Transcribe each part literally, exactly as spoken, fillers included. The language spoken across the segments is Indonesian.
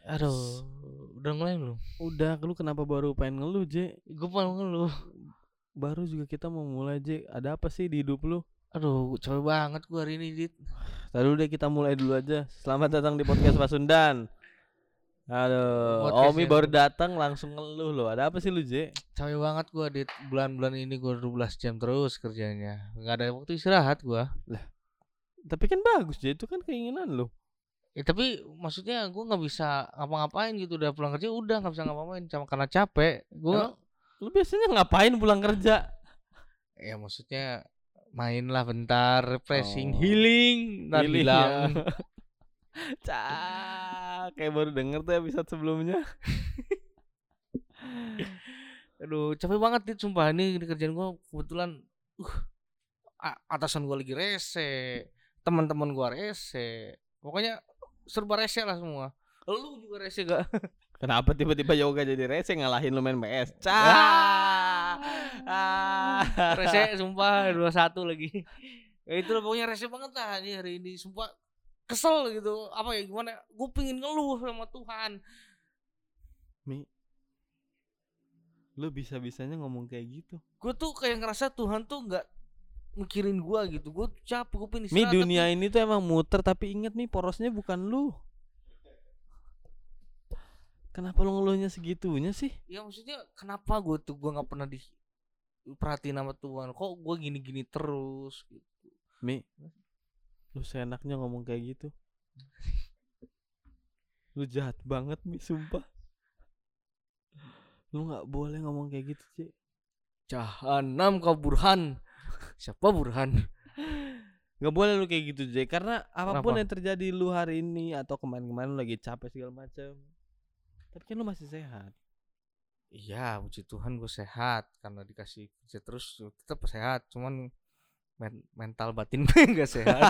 Aduh, udah mulai belum? Udah, lu kenapa baru pengen ngeluh, J? Gue mau ngeluh. Baru juga kita mau mulai, J. Ada apa sih di hidup lu? Aduh, capek banget gue hari ini, Dit. Tadi deh kita mulai dulu aja. Selamat datang di podcast Pasundan. Aduh, Podcast Omi yang- baru datang langsung ngeluh loh. Ada apa sih lu, J? Capek banget gue, Dit. Bulan-bulan ini gue dua belas jam terus kerjanya. Gak ada waktu istirahat gue. Tapi kan bagus, J. Itu kan keinginan lu. Ya, tapi maksudnya gue nggak bisa ngapa-ngapain gitu. Udah pulang kerja udah nggak bisa ngapa-ngapain cuma karena capek. Gue Emang lu biasanya ngapain pulang kerja? ya maksudnya main lah bentar, refreshing, Oh. healing. Ntar Pilih bilang ya. Cak, kayak baru denger tuh episode sebelumnya. aduh capek banget, Dit. Sumpah ini di kerjaan gue kebetulan uh, a- atasan gue lagi rese, teman-teman gue rese, pokoknya serba rese lah semua. Lu juga rese gak? Kenapa tiba-tiba yoga jadi rese ngalahin lu main P S? Cak. Ah. Rese sumpah dua satu lagi. Ya itu lah, pokoknya rese banget lah ini hari ini. Sumpah kesel gitu. Apa ya gimana? Gue pingin ngeluh sama Tuhan. Mi, lu bisa-bisanya ngomong kayak gitu. Gue tuh kayak ngerasa Tuhan tuh nggak mikirin gue gitu. Gue capek, gue pengen Mi, istirahat. dunia tapi- ini tuh emang muter, tapi inget Mi, porosnya bukan lu. Kenapa lu ngeluhnya segitunya sih? Ya maksudnya kenapa gue tuh gue nggak pernah diperhatiin sama Tuhan. Kok gue gini-gini terus gitu. Mi, lu seenaknya ngomong kayak gitu. Lu jahat banget Mi, sumpah. Lu gak boleh ngomong kayak gitu, Cik. Jahanam kau Burhan. Siapa Burhan? Gak boleh lu kayak gitu, Jay. Karena apapun Kenapa? yang terjadi lu hari ini atau kemarin-kemarin lu lagi capek segala macam, tapi kan lu masih sehat. Iya, puji Tuhan gue sehat karena dikasih kerja terus tetap sehat. Cuman men- mental batin gue nggak sehat.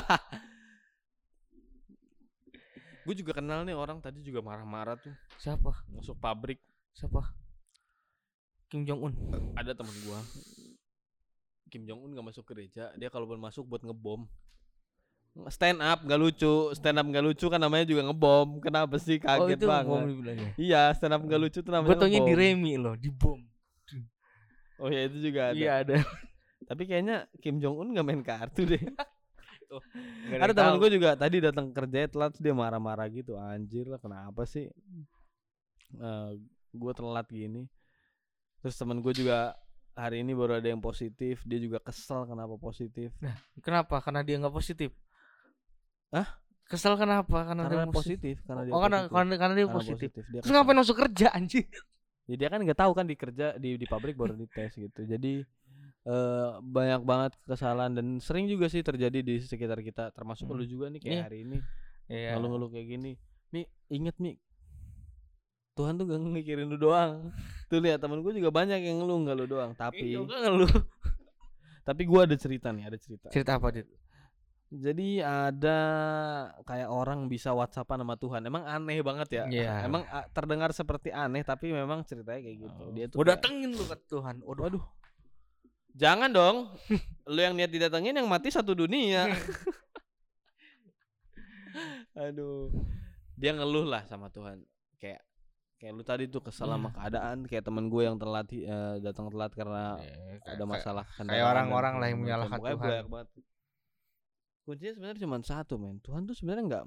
Gue juga kenal nih orang tadi juga marah-marah tuh Siapa? masuk pabrik. Siapa? Kim Jong Un. Ada teman gua, Kim Jong Un gak masuk gereja. Dia kalau belum masuk buat ngebom. Stand up gak lucu. Stand up gak lucu kan namanya juga ngebom. Kenapa sih, Oh kaget itu banget. bom dibilangnya. Iya, stand up gak lucu tuh namanya Gue taunya ngebom. di Remi loh, di bom. Oh ya, itu juga ada. Iya ada. Tapi kayaknya Kim Jong Un gak main kartu deh. Nggak Ada yang temen tahu. gue juga tadi datang kerja telat, dia marah-marah gitu. Anjir lah, kenapa sih uh, gue telat gini. Terus temen gue juga hari ini baru ada yang positif. Dia juga kesel kenapa positif. Kenapa? Karena dia nggak positif. Hah? Kesel kenapa? Karena, Karena dia positif. Karena dia Oh karena positif. karena, karena dia Karena positif. Dia Terus kesel. ngapain masuk kerja anjir? Jadi dia kan nggak tahu kan di kerja di di pabrik baru dites gitu. Jadi uh, banyak banget kesalahan dan sering juga sih terjadi di sekitar kita. Termasuk Hmm. lu juga nih kayak Iya. hari ini. Iya. Ngeluh-ngeluh kayak gini. Mi, inget Mi, Tuhan tuh gak mikirin lu doang. Tuh lihat temen gue juga banyak yang ngeluh, gak lu doang. Tapi Juga ngeluh. tapi gue ada cerita nih, ada cerita. Cerita apa, Dit? Jadi ada kayak orang bisa WhatsAppan sama Tuhan. Emang aneh banget ya. Iya. Emang ah, terdengar seperti aneh, tapi memang ceritanya kayak gitu. Dia tuh Gue kayak- datengin lu ke Tuhan. Waduh. Waduh. Jangan dong. Lu yang niat didatengin yang mati satu dunia. Aduh. Dia ngeluh lah sama Tuhan. Kayak kayak lu tadi tuh kesel sama keadaan, kayak temen gue yang telat eh, datang telat karena Eh, ada kayak- masalah kayak kendaraan orang-orang dan lah yang segala menyalahkan macam. Pokoknya Tuhan. banyak banget. Kuncinya sebenarnya cuma satu, men. Tuhan tuh sebenarnya nggak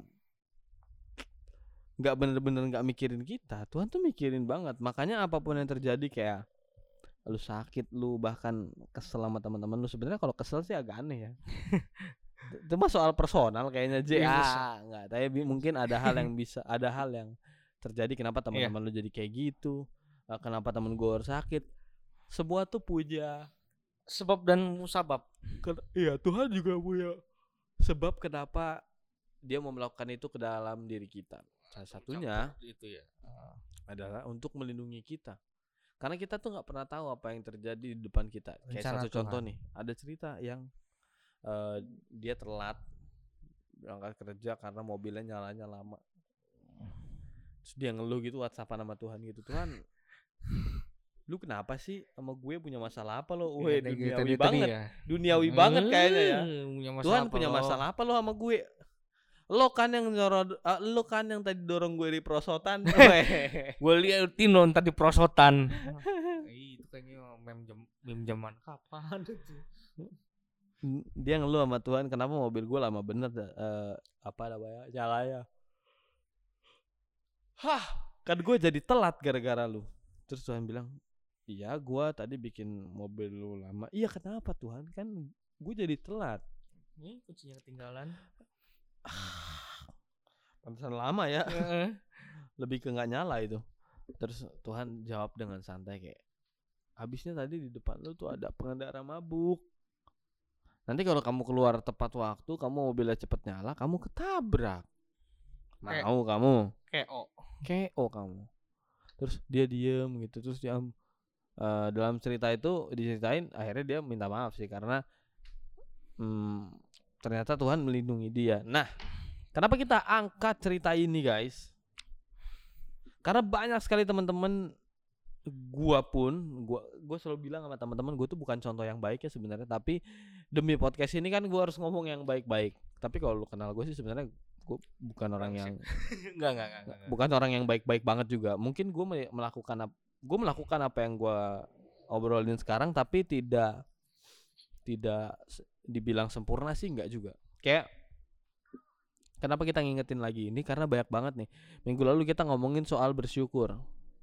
nggak bener-bener nggak mikirin kita. Tuhan tuh mikirin banget. Makanya apapun yang terjadi, kayak lu sakit, lu bahkan kesel sama teman-teman lu, sebenarnya kalau kesel sih agak aneh ya. Itu mah soal personal kayaknya, J. Iya, Ah, enggak, tapi bi- mungkin ada hal yang bisa ada hal yang terjadi kenapa teman-teman lu jadi kayak gitu. eh, Kenapa temen gue harus sakit. Sebuah tuh punya Sebab dan musabab. Ken- iya, Tuhan juga punya sebab kenapa dia mau melakukan itu ke dalam diri kita. Salah satunya Itu ya. adalah untuk melindungi kita. Karena kita tuh nggak pernah tahu apa yang terjadi di depan kita. Kayak Rencana satu Tuhan. contoh nih, ada cerita yang eh, dia telat berangkat kerja karena mobilnya nyalanya lama. Terus dia ngeluh gitu, WhatsAppan sama Tuhan gitu. Tuhan, lu kenapa sih sama gue, punya masalah apa lo? Weh, Kayak gitu duniawi tadi banget. ya. Duniawi banget kayaknya ya. Eh, punya masalah Tuhan apa punya lo? masalah apa lo sama gue? Lo kan yang nyorot, uh, lo kan yang tadi dorong gue di prosotan. Gue liatin lo tadi prosotan. Itu kayaknya meme jam meme zaman kapan itu. Dia ngeluh sama Tuhan, kenapa mobil gue lama bener uh, apa namanya nyalanya. Hah, kan gue jadi telat gara-gara lu. Terus Tuhan bilang, iya gue tadi bikin mobil lu lama. Iya kenapa Tuhan, kan gue jadi telat. Nih kuncinya ketinggalan. Pantesan lama ya. Lebih ke nggak nyala itu. Terus Tuhan jawab dengan santai kayak, habisnya tadi di depan lu tuh ada pengendara mabuk. Nanti kalau kamu keluar tepat waktu, kamu mobilnya cepet nyala, kamu ketabrak. Mau kamu? K O. K O kamu. Terus dia diem gitu. Terus dia uh, dalam cerita itu diceritain, akhirnya dia minta maaf sih karena hmm, ternyata Tuhan melindungi dia. Nah, kenapa kita angkat cerita ini guys? Karena banyak sekali teman-teman, gua pun, gua gua selalu bilang sama teman-teman, gua tuh bukan contoh yang baik ya sebenarnya, tapi demi podcast ini kan gua harus ngomong yang baik-baik. Tapi kalau lu kenal gua sih sebenarnya gua bukan orang yang enggak, enggak, enggak, enggak. Bukan orang yang baik-baik banget juga. Mungkin gua melakukan gua melakukan apa yang gua obrolin sekarang, tapi tidak tidak dibilang sempurna sih enggak juga. Kayak kenapa kita ngingetin lagi ini, karena banyak banget nih. Minggu lalu kita ngomongin soal bersyukur.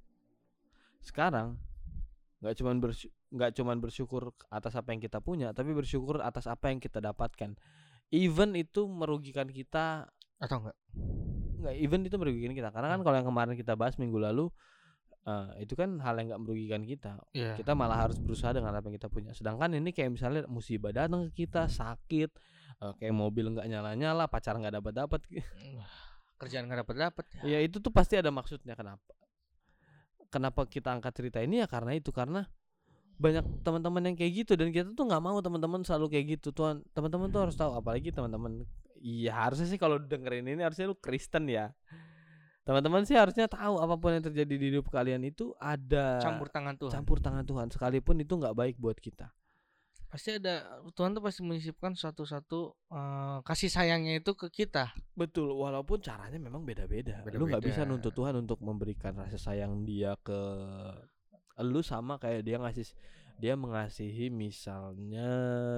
Sekarang nggak cuman bersyukur, nggak cuman bersyukur atas apa yang kita punya, tapi bersyukur atas apa yang kita dapatkan. Even itu merugikan kita atau enggak? Enggak, even itu merugikan kita. Karena kan kalau yang kemarin kita bahas minggu lalu, uh, itu kan hal yang nggak merugikan kita. Yeah. Kita malah harus berusaha dengan apa yang kita punya. Sedangkan ini kayak misalnya musibah datang ke kita, sakit, uh, kayak mobil nggak nyala-nyala, pacar nggak dapat-dapat, kerjaan nggak dapat-dapat. Ya itu tuh pasti ada maksudnya. Kenapa? Kenapa kita angkat cerita ini ya karena itu, karena banyak teman-teman yang kayak gitu dan kita tuh nggak mau teman-teman selalu kayak gitu. Tuhan, teman-teman tuh harus tahu, apalagi teman-teman, iya harusnya sih kalau dengerin ini harusnya lu Kristen ya. Teman-teman sih harusnya tahu apapun yang terjadi di hidup kalian itu ada campur tangan Tuhan. Campur tangan Tuhan, sekalipun itu nggak baik buat kita. Pasti ada, Tuhan tuh pasti menyisipkan satu-satu uh, kasih sayangnya itu ke kita. Betul, walaupun caranya memang beda-beda. Beda-beda. Lu nggak bisa nuntut Tuhan untuk memberikan rasa sayang dia ke lu sama kayak dia ngasih, dia mengasihi misalnya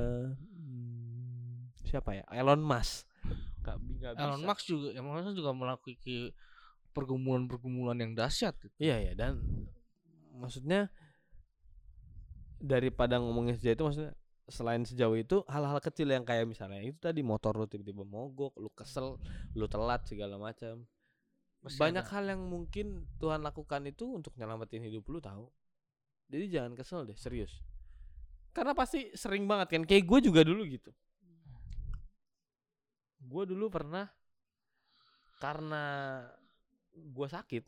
hmm, siapa ya, Elon Musk. Gak, gak Elon Musk juga, Elon Musk juga melakukan pergumulan-pergumulan yang dahsyat. Gitu. Iya ya, dan maksudnya daripada ngomongin sejauh itu, maksudnya selain sejauh itu, hal-hal kecil yang kayak misalnya itu tadi motor lu tiba-tiba mogok, lu kesel, lu telat segala macam. Banyak ada hal yang mungkin Tuhan lakukan itu untuk nyelamatin hidup lu, tahu. Jadi jangan kesel deh, serius. Karena pasti sering banget kan, kayak gue juga dulu gitu. Gue dulu pernah, karena gue sakit,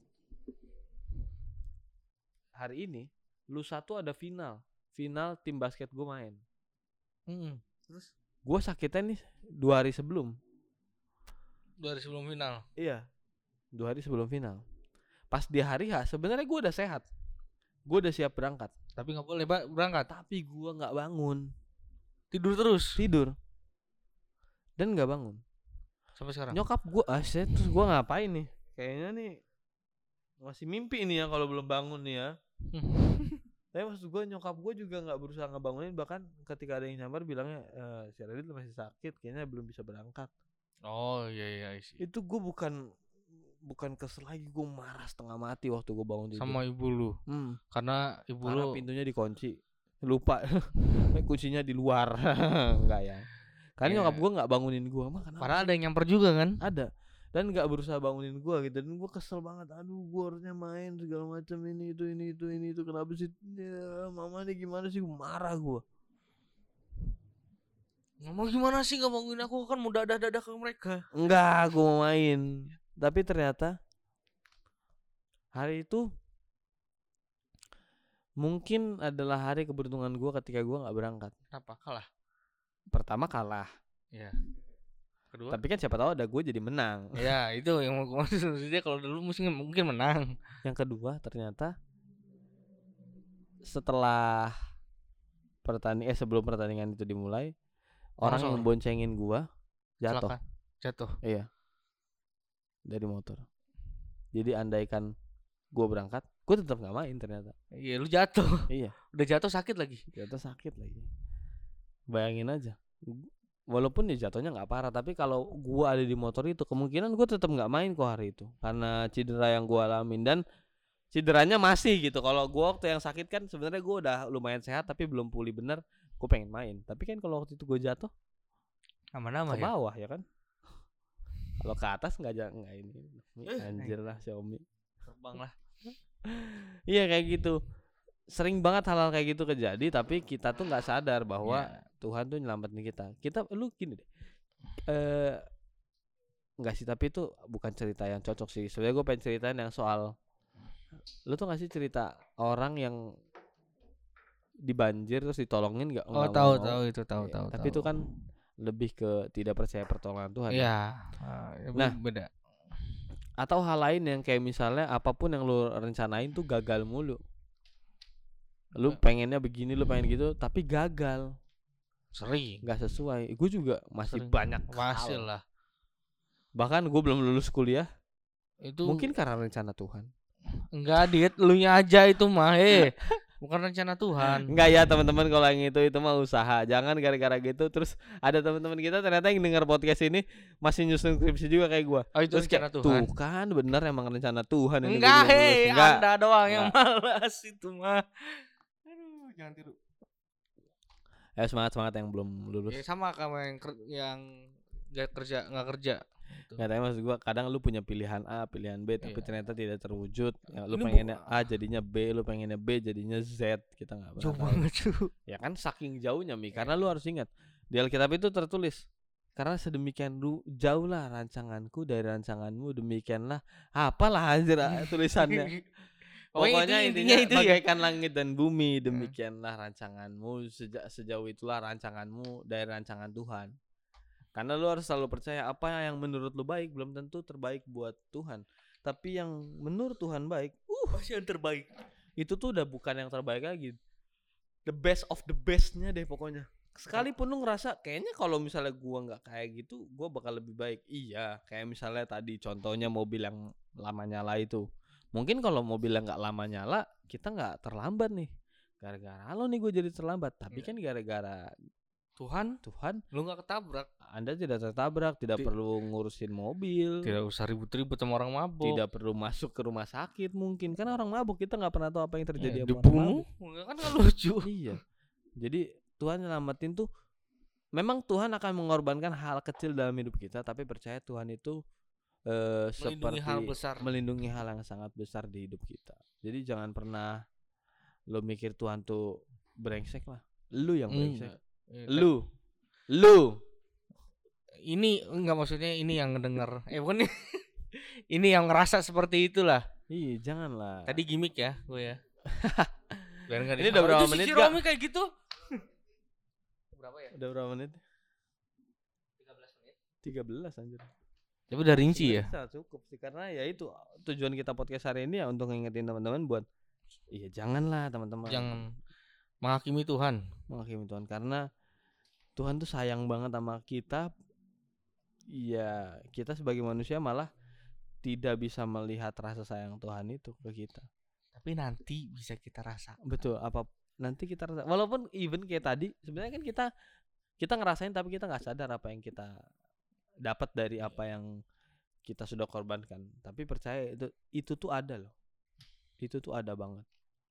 hari ini lusa tuh ada final final tim basket gue main. Mm-hmm. Terus gue sakitnya nih dua hari sebelum dua hari sebelum final. Iya, dua hari sebelum final. Pas di hari H sebenarnya gue udah sehat, gue udah siap berangkat, tapi nggak boleh berangkat. Tapi gue nggak bangun, tidur terus tidur dan nggak bangun sampai sekarang. Nyokap gue aset, terus gue ngapain nih, kayaknya nih masih mimpi nih ya kalau belum bangun nih ya. Tapi maksud gue, nyokap gue juga nggak berusaha ngebangunin, bahkan ketika ada yang nyamar bilangnya e, si Radit masih sakit, kayaknya belum bisa berangkat. Oh iya iya isi. Itu gue bukan bukan kesel lagi, gue marah setengah mati waktu gue bangun tidur. Sama ibu lu. Hmm. Karena ibu Karena lu pintunya dikunci, lupa kuncinya di luar. Enggak ya. Karena yeah. Nyokap gue nggak bangunin gue, mah kenapa? Padahal ada yang nyamper juga kan? Ada. Dan nggak berusaha bangunin gue gitu, dan gue kesel banget. Aduh, gue harusnya main segala macam, ini itu ini itu ini itu kenapa sih ya, mama nih gimana sih, marah gue. Mama gimana sih nggak bangunin aku, kan mau dadah-dadah ke mereka. Enggak, gue mau main. Tapi ternyata hari itu mungkin adalah hari keberuntungan gue ketika gue nggak berangkat. Apa? Kalah? Pertama kalah. Iya. Kedua? Tapi kan siapa tahu ada gue jadi menang. Ya itu yang mau maksudnya, kalau dulu mungkin mungkin menang. Yang kedua ternyata setelah pertandingan eh sebelum pertandingan itu dimulai, orang yang memboncengin gue jatuh. Jatuh. Iya. dari motor. Jadi andaikan gue berangkat, gue tetap nggak main ternyata. Iya, lu jatuh. Iya, Udah jatuh sakit lagi. jatuh sakit lagi. Bayangin aja. Walaupun ya jatuhnya nggak parah, tapi kalau gue ada di motor itu, kemungkinan gue tetap nggak main kok hari itu karena cedera yang gue alamin. Dan cederanya masih gitu. Kalau gue waktu yang sakit kan sebenarnya gue udah lumayan sehat tapi belum pulih bener. Gue pengen main. Tapi kan kalau waktu itu gue jatuh Aman-aman ke ya. bawah ya kan. Kalau ke atas nggak aja nggak ini. Eh, Anjir lah Xiaomi. Terbang lah. Iya kayak gitu. Sering banget hal-hal kayak gitu kejadi, tapi kita tuh nggak sadar bahwa Ya. Tuhan tuh nyelamatin kita. Kita lu gini deh. Eh nggak sih, tapi itu bukan cerita yang cocok sih. Sebenarnya gue pengen ceritain yang soal, lu tuh nggak sih cerita orang yang di banjir terus ditolongin nggak? Oh, nggak tahu mau. tahu itu tahu Iya, tahu. Tapi itu kan lebih ke tidak percaya pertolongan Tuhan. Iya. Ya, Nah, beda. atau hal lain yang kayak misalnya apapun yang lu rencanain tuh gagal mulu. Lu pengennya begini, lu pengen gitu, tapi gagal, Sering. nggak sesuai. Gue juga masih Sering. banyak Masih hal. lah. Bahkan gue belum lulus kuliah. Itu Mungkin karena rencana Tuhan. enggak, Dit, lu nya aja itu mah, eh. Bukan rencana Tuhan. Enggak ya teman-teman, kalau yang itu itu mah usaha. Jangan gara-gara gitu terus ada teman-teman kita ternyata yang dengar podcast ini masih nyusun skripsi juga kayak gua. Oh, itu Terus rencana kayak, Tuhan. Tuh kan bener emang rencana Tuhan ini. Enggak, gua belum lulus. hei, Enggak. Anda doang yang Enggak. malas itu mah. Aduh, jangan tiru. Ayo semangat-semangat yang belum lulus. Ya sama kamu yang ker- yang gak kerja, nggak kerja. Gitu. Nggak, tapi maksud gua kadang lu punya pilihan A, pilihan B, tapi Iya. ternyata tidak terwujud. Ya, lu Ini pengennya bu- A jadinya B, lu pengennya B jadinya Z. Kita nggak pernah Jauh tahu. banget tuh. Ya kan saking jauhnya Mi, karena lu harus ingat di Alkitab itu tertulis, karena sedemikian lu jauh lah rancanganku dari rancanganmu, demikianlah apalah anjir tulisannya. Pokoknya intinya, itu ya. bagaikan langit dan bumi, demikianlah rancanganmu, sejak sejauh itulah rancanganmu dari rancangan Tuhan. Karena lu harus selalu percaya apa yang menurut lu baik belum tentu terbaik buat Tuhan, tapi yang menurut Tuhan baik, uh, Masih yang terbaik. itu tuh udah bukan yang terbaik lagi, the best of the bestnya deh pokoknya. Sekalipun lu ngerasa kayaknya kalau misalnya gua nggak kayak gitu, gua bakal lebih baik. Iya, kayak misalnya tadi contohnya mobil yang lama nyala itu. Mungkin kalau mobil yang nggak lama nyala, kita nggak terlambat nih. Gara-gara lo nih gue jadi terlambat. Tapi Iya. kan gara-gara Tuhan, Tuhan, lu nggak ketabrak. Anda tidak tertabrak, tidak Ti- perlu ngurusin mobil, Tidak usah ribut-ribut sama orang mabuk. tidak perlu masuk ke rumah sakit mungkin. Karena orang mabuk kita nggak pernah tahu apa yang terjadi Ya, sama orang dibunuh, mabuk. kan nggak lucu. Iya. Jadi Tuhan nyelamatin tuh, memang Tuhan akan mengorbankan hal kecil dalam hidup kita, tapi percaya Tuhan itu eh, Melindungi seperti hal besar. melindungi hal yang sangat besar di hidup kita. Jadi jangan pernah lo mikir Tuhan tuh brengsek lah. Lu yang brengsek. Enggak. Lu. Lu. Ini enggak, maksudnya ini yang ngedenger. Eh bukan nih. Ini yang ngerasa seperti itulah. Iya, janganlah. Tadi gimmick ya, gue ya. Biar enggak Ini udah berapa menit, Si Kak? Romi kayak gitu. Berapa ya? Udah berapa menit? tiga belas menit. tiga belas anjir. Tapi udah rinci ya. Bisa cukup sih, karena ya itu tujuan kita podcast hari ini ya untuk ngingetin teman-teman buat iya janganlah teman-teman. Jangan menghakimi Tuhan. Menghakimi Tuhan, karena Tuhan tuh sayang banget sama kita. Iya, kita sebagai manusia malah tidak bisa melihat rasa sayang Tuhan itu ke kita. Tapi nanti bisa kita rasa. Betul, apa nanti kita rasa. Walaupun even kayak tadi, sebenarnya kan kita kita ngerasain tapi kita nggak sadar apa yang kita dapat dari apa yang kita sudah korbankan. Tapi percaya itu itu tuh ada loh. Itu tuh ada banget.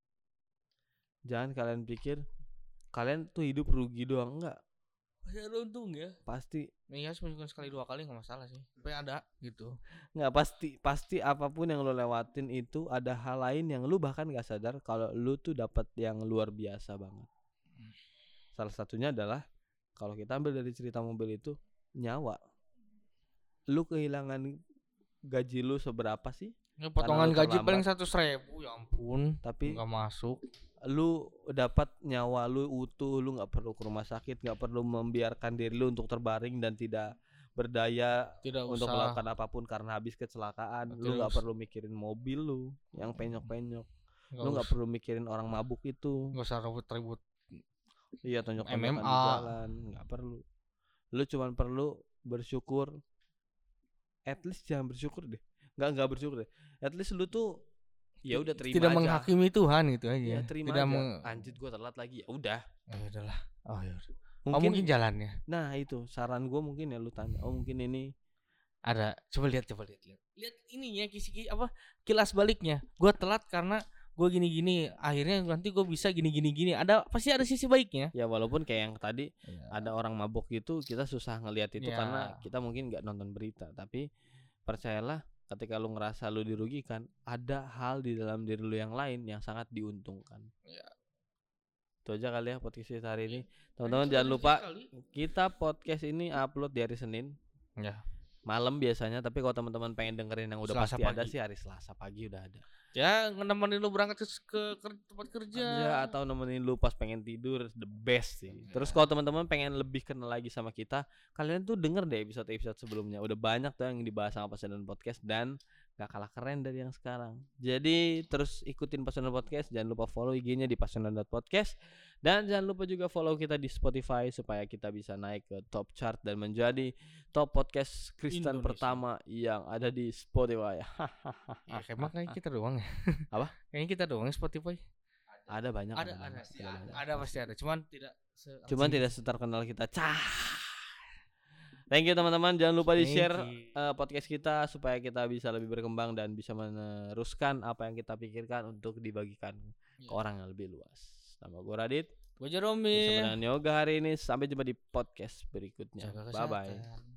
Jangan kalian pikir kalian tuh hidup rugi doang, enggak. Pasti ada untung ya. Pasti Iya, meskipun sekali dua kali nggak masalah sih. Tapi ada gitu. nggak pasti pasti apapun yang lo lewatin itu ada hal lain yang lu bahkan nggak sadar kalau lu tuh dapat yang luar biasa banget. Salah satunya adalah kalau kita ambil dari cerita mobil itu, nyawa. Lu kehilangan gaji lu seberapa sih? Ya, potongan lu gaji terlambat. paling seratus ribu, ya ampun. Tapi Nggak masuk. lu dapat nyawa lu utuh, lu nggak perlu ke rumah sakit, nggak perlu membiarkan diri lu untuk terbaring dan tidak berdaya Tidak untuk usah. melakukan apapun karena habis kecelakaan. Tidak Lu nggak usah. perlu mikirin mobil lu yang penyok-penyok. Nggak Lu nggak usah. perlu mikirin orang mabuk itu. Nggak usah ribut-ribut. Iya, tonjok M M A. di jalan, nggak perlu. Lu cuman perlu bersyukur at least jangan bersyukur deh. Enggak enggak bersyukur deh. At least lu tuh ya udah terima tidak aja. menghakimi Tuhan gitu aja. Ya, terima tidak aja. meng- Anjir gua telat lagi. Ya udah. Ya udahlah. Oh ya. udah. Mungkin, oh mungkin jalannya nah itu saran gua mungkin ya lu tanya. Oh mungkin ini ada. Coba lihat coba lihat lihat. Lihat ininya kisi apa kilas baliknya. Gua telat karena gue gini-gini, akhirnya nanti gue bisa gini-gini gini. Ada pasti ada sisi baiknya. ya walaupun kayak yang tadi Ya. ada orang mabok gitu, kita susah ngelihat itu Ya. karena kita mungkin nggak nonton berita. Tapi percayalah, ketika lu ngerasa lu dirugikan, ada hal di dalam diri lu yang lain yang sangat diuntungkan. Ya. Itu aja kali ya podcast kita hari ini. Teman-teman jangan lupa kita podcast ini upload di hari Senin. Ya. Malam biasanya, tapi kalau teman-teman pengen dengerin yang udah Selasa pasti ada pagi. sih hari Selasa pagi udah ada. Ya nemenin lu berangkat ke, ke, ke tempat kerja. Ya, atau nemenin lu pas pengen tidur, the best sih. Terus kalau teman-teman pengen lebih kenal lagi sama kita, kalian tuh denger deh episode-episode sebelumnya. Udah banyak tuh yang dibahas sama Pasundan Podcast dan gak kalah keren dari yang sekarang. Jadi terus ikutin Pasundan Podcast, jangan lupa follow I G-nya di pasundan dot podcast. Dan jangan lupa juga follow kita di Spotify supaya kita bisa naik ke top chart dan menjadi top podcast Kristen Indonesia. pertama yang ada di Spotify. Ya, emang kayak kita doang ya. Apa? Kayaknya kita doang ya Spotify. Ada banyak. Ada banyak, ada ada banyak. ada pasti ada. Cuman tidak. se- Cuman se- tidak seterkenal kita. Cah. Thank you teman-teman. Jangan lupa di Thank share you. uh, podcast kita supaya kita bisa lebih berkembang dan bisa meneruskan apa yang kita pikirkan untuk dibagikan ke Ya. orang yang lebih luas. Nama gue Radit. Gue Jeromi. Bersama dengan Yoga hari ini. Sampai jumpa di podcast berikutnya. Jaga Bye bye. kesehatan.